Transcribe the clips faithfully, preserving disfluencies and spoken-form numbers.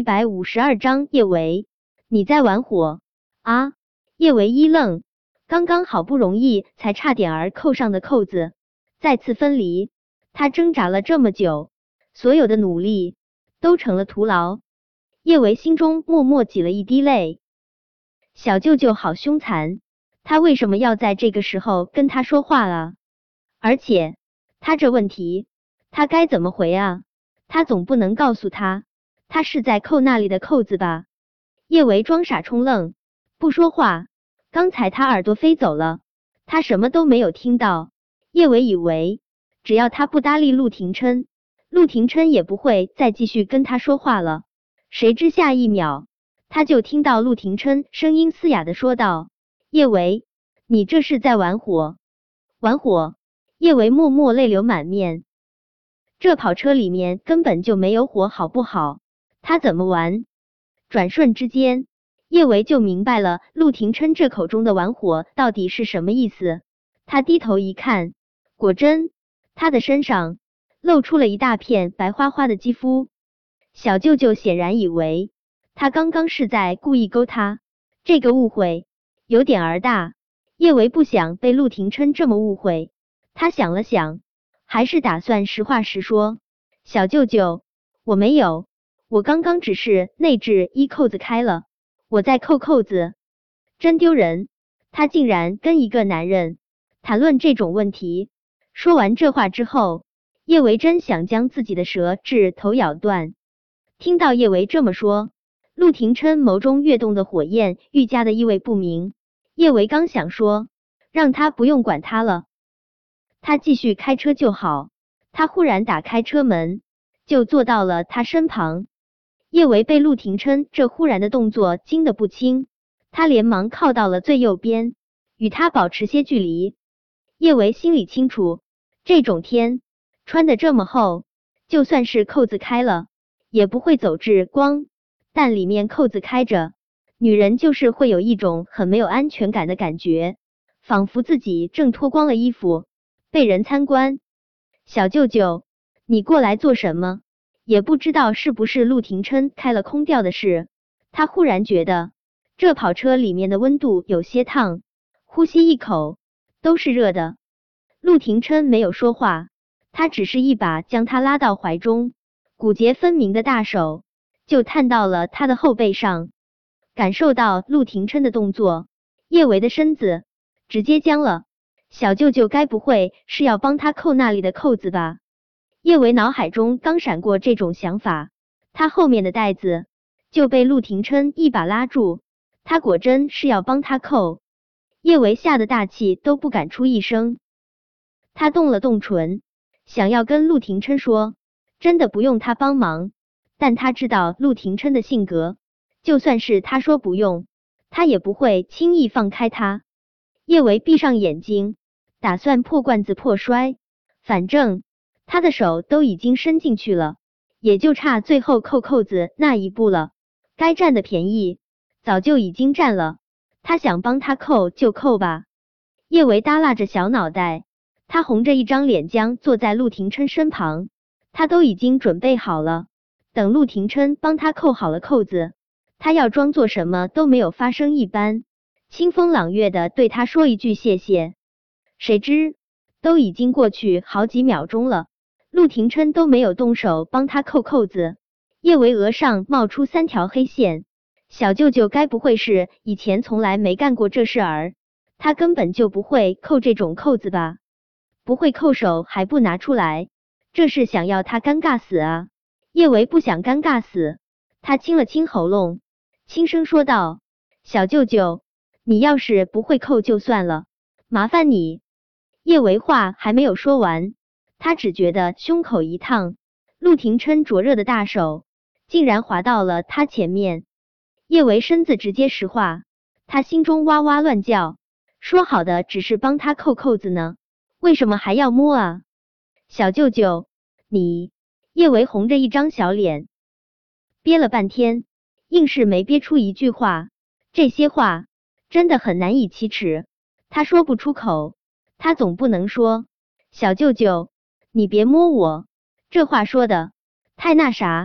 百五十二章叶维，你在玩火啊？叶维一愣，刚刚好不容易才差点儿扣上的扣子，再次分离，他挣扎了这么久，所有的努力都成了徒劳。叶维心中默默挤了一滴泪，小舅舅好凶残，他为什么要在这个时候跟他说话啊？而且他这问题，他该怎么回啊？他总不能告诉他，他是在扣那里的扣子吧？叶维装傻充愣，不说话。刚才他耳朵飞走了，他什么都没有听到。叶维以为，只要他不搭理陆廷琛，陆廷琛也不会再继续跟他说话了。谁知下一秒，他就听到陆廷琛声音嘶哑的说道：“叶维，你这是在玩火？玩火？”叶维默默泪流满面。这跑车里面根本就没有火，好不好？他怎么玩？转瞬之间，叶维就明白了陆廷琛这口中的玩火到底是什么意思。他低头一看，果真，他的身上露出了一大片白花花的肌肤。小舅舅显然以为他刚刚是在故意勾他，这个误会有点儿大。叶维不想被陆廷琛这么误会，他想了想，还是打算实话实说：“小舅舅，我没有，我刚刚只是内置衣扣子开了，我在扣扣子。”真丢人，他竟然跟一个男人谈论这种问题。说完这话之后，叶维真想将自己的舌质头咬断。听到叶维这么说，陆廷琛眸中跃动的火焰愈加的意味不明。叶维刚想说，让他不用管他了，他继续开车就好。他忽然打开车门，就坐到了他身旁。叶维被陆廷琛这忽然的动作惊得不轻，他连忙靠到了最右边，与他保持些距离。叶维心里清楚，这种天穿得这么厚，就算是扣子开了，也不会走至光，但里面扣子开着，女人就是会有一种很没有安全感的感觉，仿佛自己正脱光了衣服，被人参观。小舅舅，你过来做什么？也不知道是不是陆廷琛开了空调的事，他忽然觉得这跑车里面的温度有些烫，呼吸一口都是热的。陆廷琛没有说话，他只是一把将他拉到怀中，骨节分明的大手就探到了他的后背上。感受到陆廷琛的动作，叶维的身子直接僵了。小舅舅该不会是要帮他扣那里的扣子吧？叶维脑海中刚闪过这种想法，他后面的带子就被陆廷琛一把拉住，他果真是要帮他扣。叶维吓得大气都不敢出一声，他动了动唇，想要跟陆廷琛说，真的不用他帮忙，但他知道陆廷琛的性格，就算是他说不用，他也不会轻易放开他。叶维闭上眼睛，打算破罐子破摔，反正他的手都已经伸进去了，也就差最后扣扣子那一步了。该占的便宜早就已经占了，他想帮他扣就扣吧。叶维耷拉着小脑袋，他红着一张脸僵坐在陆廷琛身旁，他都已经准备好了，等陆廷琛帮他扣好了扣子，他要装作什么都没有发生一般，清风朗月的对他说一句谢谢。谁知都已经过去好几秒钟了，陆廷琛都没有动手帮他扣扣子。叶维额上冒出三条黑线，小舅舅该不会是以前从来没干过这事儿，他根本就不会扣这种扣子吧？不会扣手还不拿出来，这是想要他尴尬死啊？叶维不想尴尬死，他清了清喉咙，轻声说道：“小舅舅，你要是不会扣就算了，麻烦你。”叶维话还没有说完，他只觉得胸口一烫，陆廷琛灼热的大手竟然滑到了他前面。叶维身子直接石化，他心中哇哇乱叫，说好的只是帮他扣扣子呢，为什么还要摸啊？小舅舅，你……叶维红着一张小脸，憋了半天，硬是没憋出一句话。这些话真的很难以启齿，他说不出口。他总不能说，小舅舅，你别摸我，这话说的太那啥，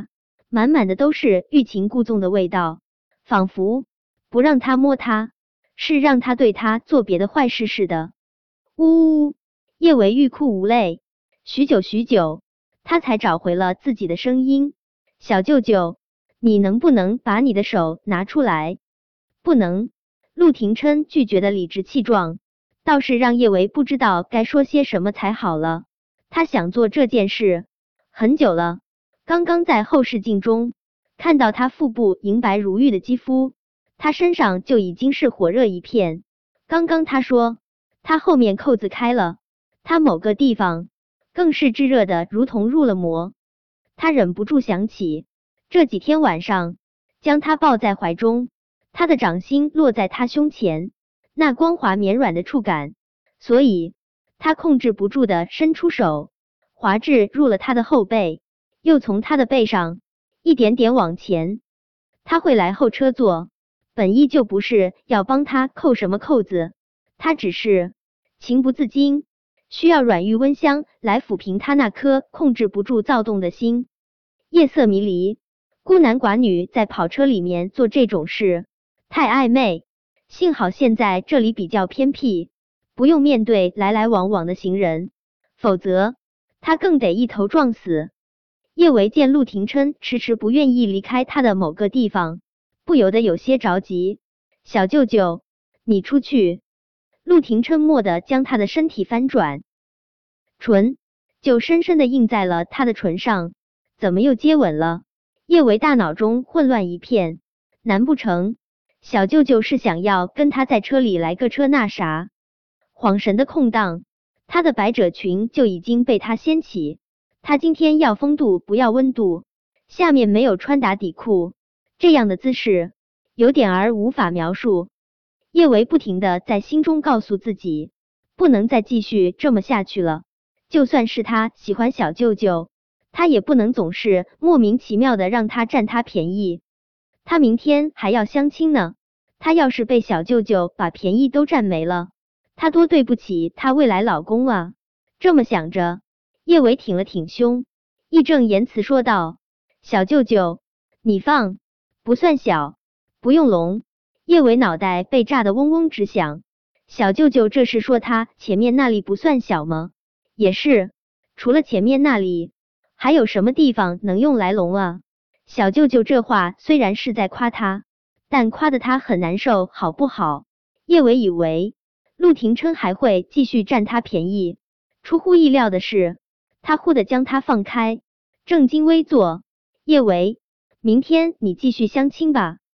满满的都是欲擒故纵的味道，仿佛不让他摸他，是让他对他做别的坏事似的。呜呜，叶维欲哭无泪，许久许久，他才找回了自己的声音。小舅舅，你能不能把你的手拿出来？不能。陆廷琛拒绝的理直气壮，倒是让叶维不知道该说些什么才好了。他想做这件事很久了，刚刚在后视镜中看到他腹部莹白如玉的肌肤，他身上就已经是火热一片。刚刚他说他后面扣子开了，他某个地方更是炙热的如同入了魔。他忍不住想起这几天晚上将他抱在怀中，他的掌心落在他胸前，那光滑绵软的触感，所以他控制不住的伸出手，滑至入了他的后背，又从他的背上一点点往前。他会来后车座，本意就不是要帮他扣什么扣子，他只是情不自禁，需要软玉温香来抚平他那颗控制不住躁动的心。夜色迷离，孤男寡女在跑车里面做这种事，太暧昧。幸好现在这里比较偏僻，不用面对来来往往的行人，否则他更得一头撞死。叶维见陆廷琛迟迟不愿意离开他的某个地方，不由得有些着急。小舅舅，你出去。陆廷琛蓦地将他的身体翻转，唇就深深的印在了他的唇上。怎么又接吻了？叶维大脑中混乱一片，难不成小舅舅是想要跟他在车里来个车那啥？恍神的空档，他的百褶裙就已经被他掀起。他今天要风度不要温度，下面没有穿打底裤，这样的姿势有点儿无法描述。叶维不停的在心中告诉自己，不能再继续这么下去了。就算是他喜欢小舅舅，他也不能总是莫名其妙的让他占他便宜。他明天还要相亲呢，他要是被小舅舅把便宜都占没了，他多对不起他未来老公啊。这么想着，叶维挺了挺胸，义正言辞说道：小舅舅，你放，不算小，不用聋。叶维脑袋被炸得嗡嗡直响，小舅舅这是说他前面那里不算小吗？也是，除了前面那里，还有什么地方能用来聋啊？小舅舅这话虽然是在夸他，但夸得他很难受，好不好？叶维以为陆廷琛还会继续占他便宜，出乎意料的是，他忽地将他放开，正襟危坐。叶维，明天你继续相亲吧。